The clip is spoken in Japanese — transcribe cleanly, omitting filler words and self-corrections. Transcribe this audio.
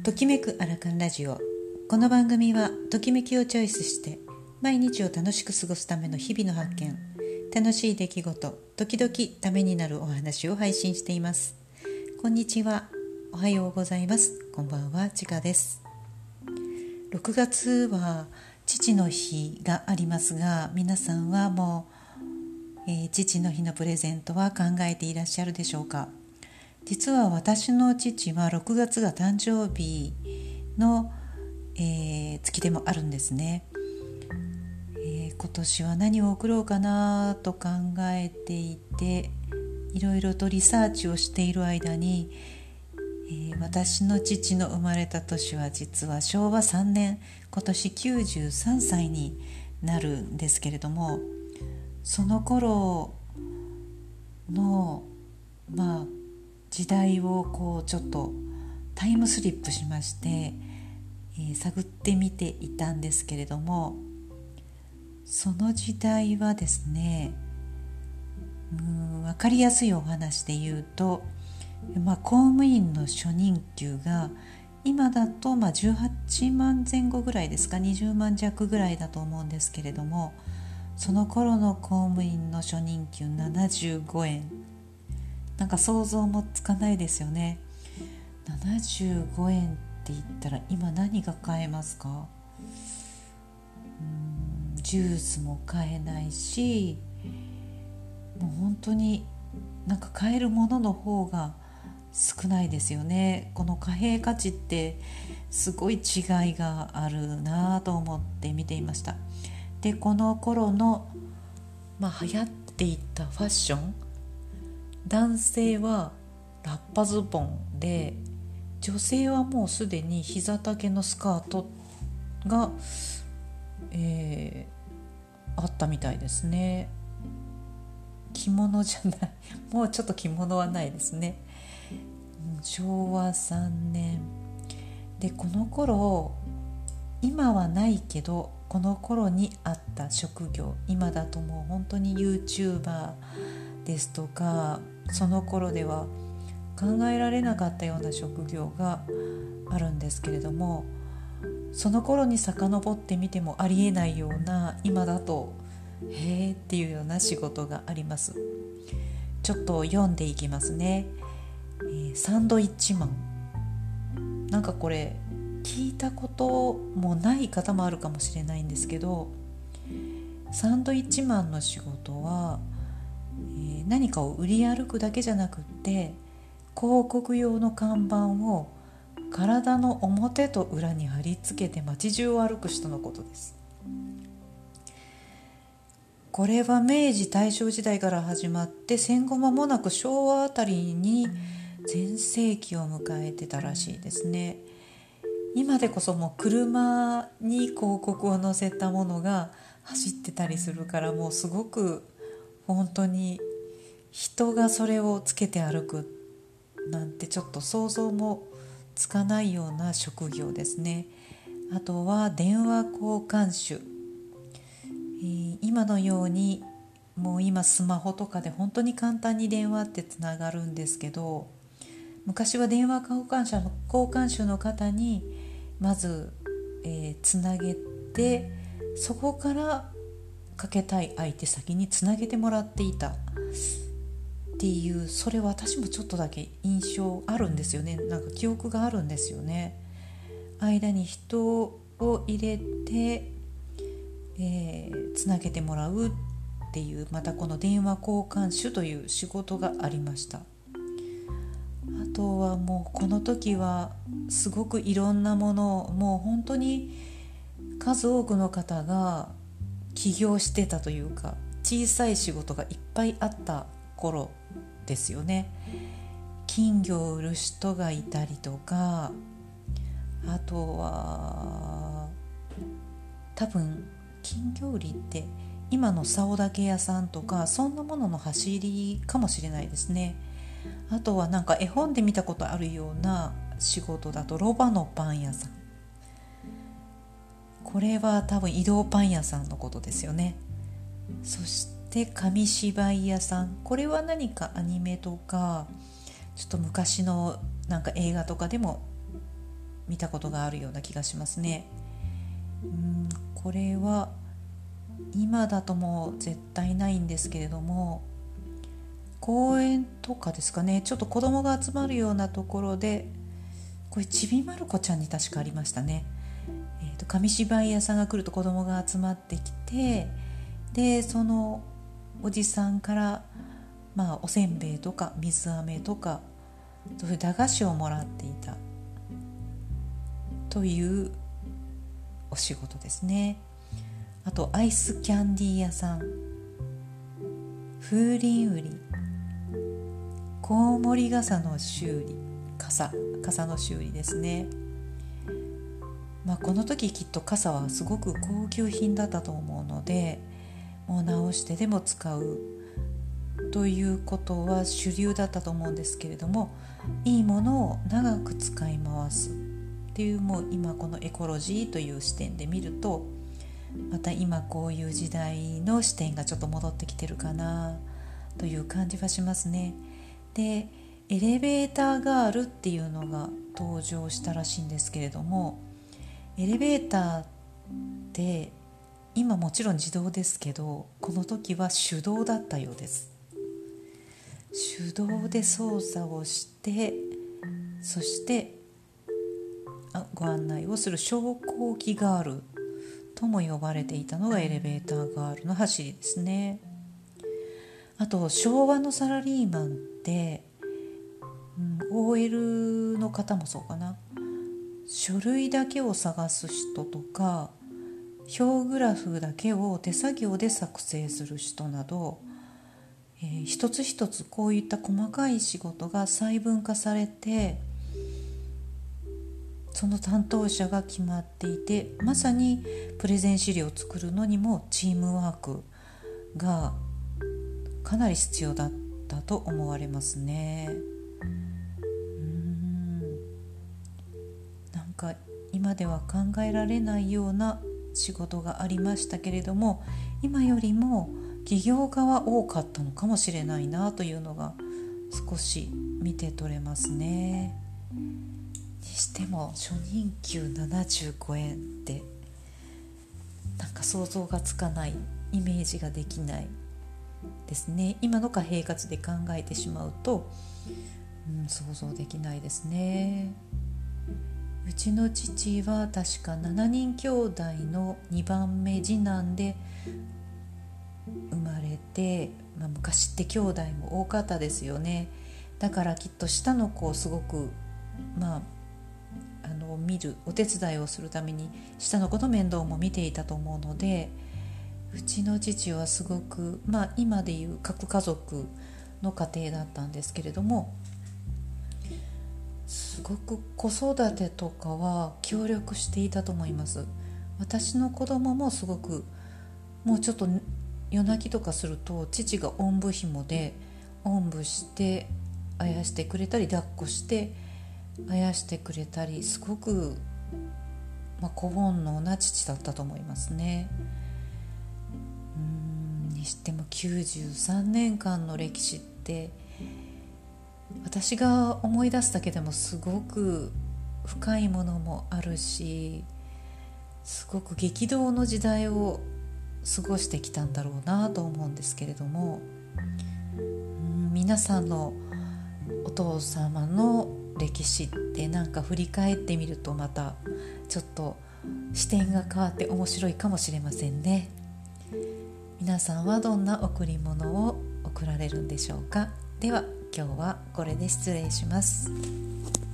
ときめくアラカンラジオ。この番組はときめきをチョイスして毎日を楽しく過ごすための日々の発見、楽しい出来事、時々ためになるお話を配信しています。こんにちは、おはようございます、こんばんは、ちかです。6月は父の日がありますが、皆さんはもう、父の日のプレゼントは考えていらっしゃるでしょうか。実は私の父は6月が誕生日の、月でもあるんですね。今年は何を贈ろうかなと考えていて、いろいろとリサーチをしている間に、私の父の生まれた年は実は昭和3年、今年93歳になるんですけれども、その頃の時代をちょっとタイムスリップしまして、探ってみていたんですけれども、その時代はですね、分かりやすいお話で言うと、公務員の初任給が今だと18万前後ぐらいですか、20万弱ぐらいだと思うんですけれども、その頃の公務員の初任給75円、なんか想像もつかないですよね。75円って言ったら今何が買えますか？ジュースも買えないし、もう本当になんか買えるものの方が少ないですよね。この貨幣価値ってすごい違いがあるなと思って見ていました。で、この頃の、流行っていたファッション、男性はラッパズボンで、女性はもうすでに膝丈のスカートが、あったみたいですね。着物じゃない、もうちょっと着物はないですね。昭和3年で、この頃、今はないけどこの頃にあった職業、今だともう本当に YouTuber ですとか、その頃では考えられなかったような職業があるんですけれども、その頃に遡ってみてもありえないような、今だとへーっていうような仕事があります。ちょっと読んでいきますね。サンドイッチマン、なんかこれ聞いたこともない方もあるかもしれないんですけど、サンドイッチマンの仕事は、何かを売り歩くだけじゃなくって、広告用の看板を体の表と裏に貼り付けて街中を歩く人のことです。これは明治大正時代から始まって、戦後間もなく昭和あたりに全盛期を迎えてたらしいですね。今でこそもう車に広告を載せたものが走ってたりするから、もうすごく本当に人がそれをつけて歩くなんてちょっと想像もつかないような職業ですね。あとは電話交換手、今のようにもう今スマホとかで本当に簡単に電話ってつながるんですけど、昔は電話交換手の方にまず、つなげて、そこからかけたい相手先につなげてもらっていたっていう、それ私もちょっとだけ印象あるんですよね。なんか記憶があるんですよね。間に人を入れて、つなげてもらうっていう、またこの電話交換手という仕事がありました。あとはもうこの時はすごくいろんなものを、もう本当に数多くの方が起業してたというか、小さい仕事がいっぱいあった頃ですよね。金魚を売る人がいたりとか、あとは多分金魚売りって今の竿だけ屋さんとか、そんなものの走りかもしれないですね。あとはなんか絵本で見たことあるような仕事だとロバのパン屋さん、これは多分移動パン屋さんのことですよね。そして紙芝居屋さん、これは何かアニメとかちょっと昔のなんか映画とかでも見たことがあるような気がしますね。これは今だともう絶対ないんですけれども、公園とかですかね、ちょっと子供が集まるようなところで、これちびまる子ちゃんに確かありましたね。紙芝居屋さんが来ると子供が集まってきて、でそのおじさんから、おせんべいとか水飴とかそういう駄菓子をもらっていたというお仕事ですね。あとアイスキャンディー屋さん、風鈴売り、コウモリ傘の修理、傘の修理ですね。この時きっと傘はすごく高級品だったと思うので、もう直してでも使うということは主流だったと思うんですけれども、いいものを長く使い回すっていう、もう今このエコロジーという視点で見ると、また今こういう時代の視点がちょっと戻ってきてるかなという感じはしますね。で、エレベーターガールっていうのが登場したらしいんですけれども、エレベーターって今もちろん自動ですけど、この時は手動だったようです。手動で操作をして、そしてご案内をする昇降機ガールとも呼ばれていたのがエレベーターガールの走りですね。あと昭和のサラリーマンって、OL の方もそうかな、書類だけを探す人とか表グラフだけを手作業で作成する人など、一つ一つこういった細かい仕事が細分化されて、その担当者が決まっていて、まさにプレゼン資料を作るのにもチームワークがかなり必要だったと思われますね。なんか今では考えられないような仕事がありましたけれども、今よりも企業家は多かったのかもしれないなというのが少し見て取れますね。にしても初任給75円ってなんか想像がつかない、イメージができないですね。今の貨幣価値で考えてしまうと、想像できないですね。うちの父は確か7人兄弟の2番目次男で生まれて、昔って兄弟も多かったですよね。だからきっと下の子をすごく見るお手伝いをするために下の子の面倒も見ていたと思うので、うちの父はすごく、今でいう核家族の家庭だったんですけれども、すごく子育てとかは協力していたと思います。私の子供もすごく、もうちょっと夜泣きとかすると父がおんぶ紐でおんぶしてあやしてくれたり、抱っこしてあやしてくれたり、すごく、子煩悩な父だったと思いますね。にしても93年間の歴史って私が思い出すだけでもすごく深いものもあるし、すごく激動の時代を過ごしてきたんだろうなと思うんですけれども、皆さんのお父様の歴史ってなんか振り返ってみるとまたちょっと視点が変わって面白いかもしれませんね。皆さんはどんな贈り物を贈られるんでしょうか。では今日はこれで失礼します。